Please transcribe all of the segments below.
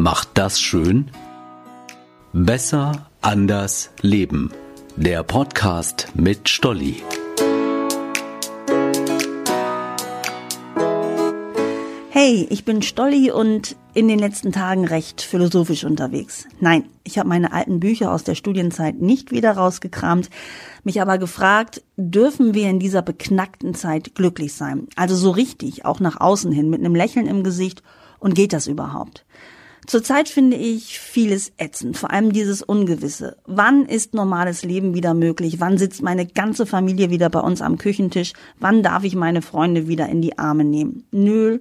macht das schön? Besser, anders, leben. Der Podcast mit Stolli. Hey, ich bin Stolli und in den letzten Tagen recht philosophisch unterwegs. Nein, ich habe meine alten Bücher aus der Studienzeit nicht wieder rausgekramt, mich aber gefragt, dürfen wir in dieser beknackten Zeit glücklich sein? Also so richtig, auch nach außen hin, mit einem Lächeln im Gesicht, und geht das überhaupt? Zurzeit finde ich vieles ätzend, vor allem dieses Ungewisse. Wann ist normales Leben wieder möglich? Wann sitzt meine ganze Familie wieder bei uns am Küchentisch? Wann darf ich meine Freunde wieder in die Arme nehmen? Nöl.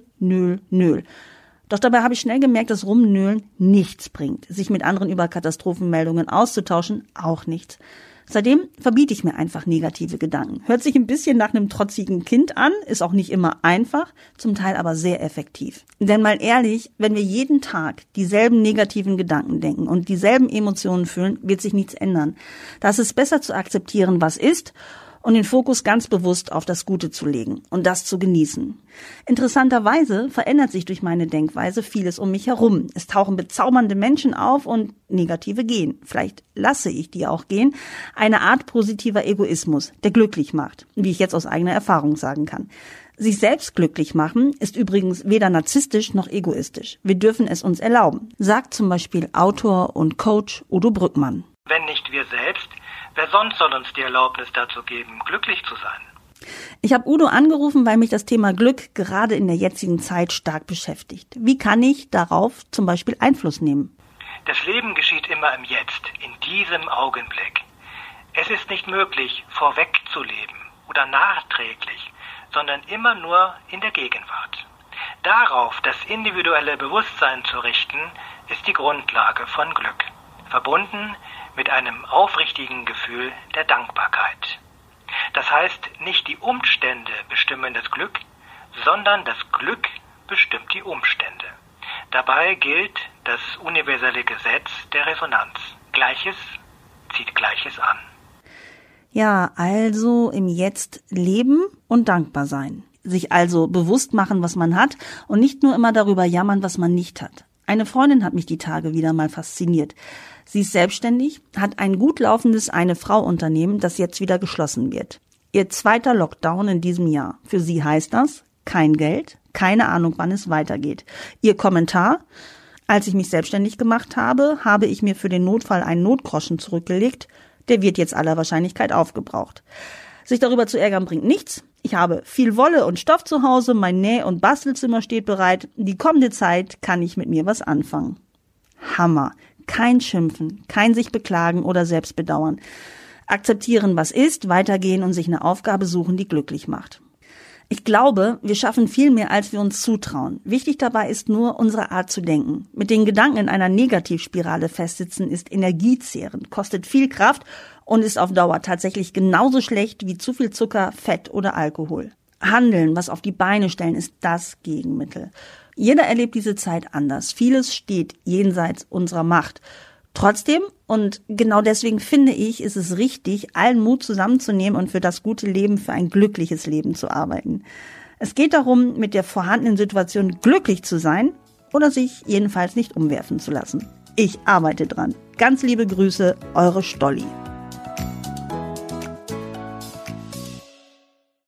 Doch dabei habe ich schnell gemerkt, dass Rumnölen nichts bringt. Sich mit anderen über Katastrophenmeldungen auszutauschen, auch nichts. Seitdem verbiete ich mir einfach negative Gedanken. Hört sich ein bisschen nach einem trotzigen Kind an, ist auch nicht immer einfach, zum Teil aber sehr effektiv. Denn mal ehrlich, wenn wir jeden Tag dieselben negativen Gedanken denken und dieselben Emotionen fühlen, wird sich nichts ändern. Da ist es besser zu akzeptieren, was ist, und den Fokus ganz bewusst auf das Gute zu legen und das zu genießen. Interessanterweise verändert sich durch meine Denkweise vieles um mich herum. Es tauchen bezaubernde Menschen auf und negative gehen. Vielleicht lasse ich die auch gehen. Eine Art positiver Egoismus, der glücklich macht, wie ich jetzt aus eigener Erfahrung sagen kann. Sich selbst glücklich machen ist übrigens weder narzisstisch noch egoistisch. Wir dürfen es uns erlauben, sagt zum Beispiel Autor und Coach Udo Brückmann. Wenn nicht wir selbst, wer sonst soll uns die Erlaubnis dazu geben, glücklich zu sein? Ich habe Udo angerufen, weil mich das Thema Glück gerade in der jetzigen Zeit stark beschäftigt. Wie kann ich darauf zum Beispiel Einfluss nehmen? Das Leben geschieht immer im Jetzt, in diesem Augenblick. Es ist nicht möglich, vorweg zu leben oder nachträglich, sondern immer nur in der Gegenwart. Darauf das individuelle Bewusstsein zu richten, ist die Grundlage von Glück, verbunden mit einem aufrichtigen Gefühl der Dankbarkeit. Das heißt, nicht die Umstände bestimmen das Glück, sondern das Glück bestimmt die Umstände. Dabei gilt das universelle Gesetz der Resonanz. Gleiches zieht Gleiches an. Ja, also im Jetzt leben und dankbar sein. Sich also bewusst machen, was man hat und nicht nur immer darüber jammern, was man nicht hat. Eine Freundin hat mich die Tage wieder mal fasziniert. Sie ist selbstständig, hat ein gut laufendes Eine-Frau-Unternehmen, das jetzt wieder geschlossen wird. Ihr zweiter Lockdown in diesem Jahr. Für sie heißt das kein Geld, keine Ahnung, wann es weitergeht. Ihr Kommentar: Als ich mich selbstständig gemacht habe, habe ich mir für den Notfall einen Notgroschen zurückgelegt. Der wird jetzt aller Wahrscheinlichkeit aufgebraucht. Sich darüber zu ärgern bringt nichts. Ich habe viel Wolle und Stoff zu Hause, mein Näh- und Bastelzimmer steht bereit. Die kommende Zeit kann ich mit mir was anfangen. Hammer. Kein Schimpfen, kein sich beklagen oder selbst bedauern. Akzeptieren, was ist, weitergehen und sich eine Aufgabe suchen, die glücklich macht. Ich glaube, wir schaffen viel mehr, als wir uns zutrauen. Wichtig dabei ist nur unsere Art zu denken. Mit den Gedanken in einer Negativspirale festsitzen ist energiezehrend, kostet viel Kraft und ist auf Dauer tatsächlich genauso schlecht wie zu viel Zucker, Fett oder Alkohol. Handeln, was auf die Beine stellen, ist das Gegenmittel. Jeder erlebt diese Zeit anders. Vieles steht jenseits unserer Macht. Trotzdem, und genau deswegen finde ich, ist es richtig, allen Mut zusammenzunehmen und für das gute Leben, für ein glückliches Leben zu arbeiten. Es geht darum, mit der vorhandenen Situation glücklich zu sein oder sich jedenfalls nicht umwerfen zu lassen. Ich arbeite dran. Ganz liebe Grüße, eure Stolli.